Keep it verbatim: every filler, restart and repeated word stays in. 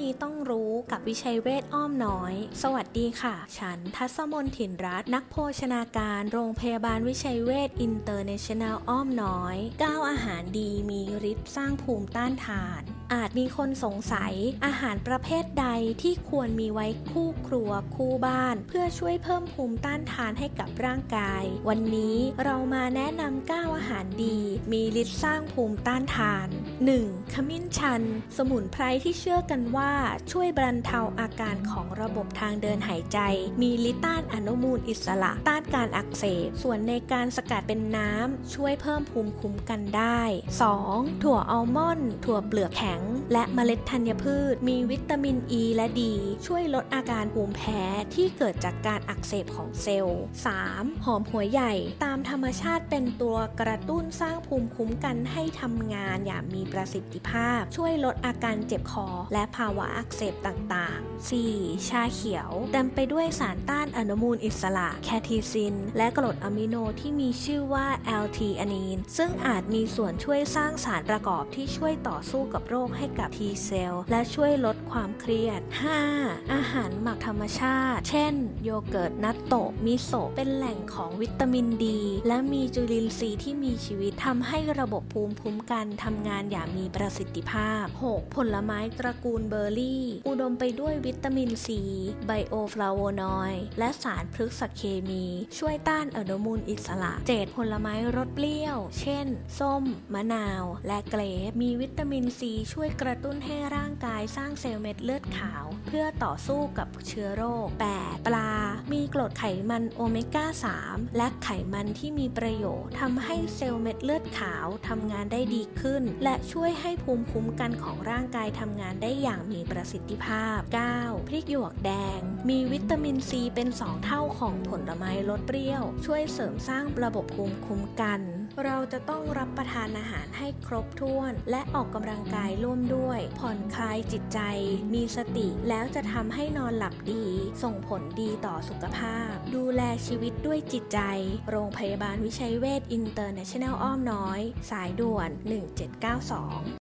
ต้องรู้กับวิชัยเวชอ้อมน้อยสวัสดีค่ะฉันทัศมนต์ถิ่นรัตน์นักโภชนาการโรงพยาบาลวิชัยเวชอินเตอร์เนชั่นแนลอ้อมน้อยเก้าอาหารดีมีฤทธิ์สร้างภูมิต้านทานอาจมีคนสงสัยอาหารประเภทใดที่ควรมีไว้คู่ครัวคู่บ้านเพื่อช่วยเพิ่มภูมิต้านทานให้กับร่างกายวันนี้เรามาแนะนำเก้าอาหารดีมีฤทธิ์สร้างภูมิต้านทาน หนึ่ง. ขมิ้นชันสมุนไพรที่เชื่อกันว่าช่วยบรรเทาอาการของระบบทางเดินหายใจมีฤทธิ์ต้านอนุมูลอิสระต้านการอักเสบส่วนในการสกัดเป็นน้ำช่วยเพิ่มภูมิคุ้มกันได้ สอง. ถั่วอัลมอนด์ถั่วเปลือกแข็งและเมล็ดธัญพืชมีวิตามินอ e ีและดีช่วยลดอาการภูมิแพ้ที่เกิดจากการอักเสบของเซลล์ สาม. หอมหัวใหญ่ตามธรรมชาติเป็นตัวกระตุ้นสร้างภูมิคุ้มกันให้ทำงานอย่างมีประสิทธิภาพช่วยลดอาการเจ็บคอและภาวะอักเสบต่างๆ สี่. ชาเขียวเต็มไปด้วยสารต้านอนุมูลอิสระแคทิซินและกรดอะมิโนที่มีชื่อว่าแอลทีอานีนซึ่งอาจมีส่วนช่วยสร้างสารประกอบที่ช่วยต่อสู้กับโรคให้กับ T เซลล์และช่วยลดความเครียด ห้า. อาหารหมักธรรมชาติเช่นโยเกิร์ตนัตโตะมิโซะเป็นแหล่งของวิตามินดีและมีจุลินทรีย์ที่มีชีวิตทำให้ระบบภูมิคุ้มกันทำงานอย่างมีประสิทธิภาพ หก. ผลไม้ตระกูลเบอร์รี่อุดมไปด้วยวิตามินซีไบโอฟลาโวนอยด์และสารพฤกษเคมีช่วยต้านอนุมูลอิสระ เจ็ด. ผลไม้รสเปรี้ยวเช่นส้มมะนาวและเกรปมีวิตามินซีช่วยกระตุ้นให้ร่างกายสร้างเซลล์เม็ดเลือดขาวเพื่อต่อสู้กับเชื้อโรค แปด. ปลามีกรดไขมันโอเมก้า สาม และไขมันที่มีประโยชน์ทำให้เซลล์เม็ดเลือดขาวทำงานได้ดีขึ้นและช่วยให้ภูมิคุ้มกันของร่างกายทำงานได้อย่างมีประสิทธิภาพ เก้า. พริกหยวกแดงมีวิตามินซีเป็นสองเท่าของผลไม้รสเปรี้ยวช่วยเสริมสร้างระบบภูมิคุ้มกันเราจะต้องรับประทานอาหารให้ครบถ้วนและออกกำลังกายร่วมด้วยผ่อนคลายจิตใจมีสติแล้วจะทำให้นอนหลับดีส่งผลดีต่อสุขภาพดูแลชีวิตด้วยจิตใจโรงพยาบาลวิชัยเวชอินเตอร์เนชั่นแนลอ้อมน้อยสายด่วนหนึ่งเจ็ดเก้าสอง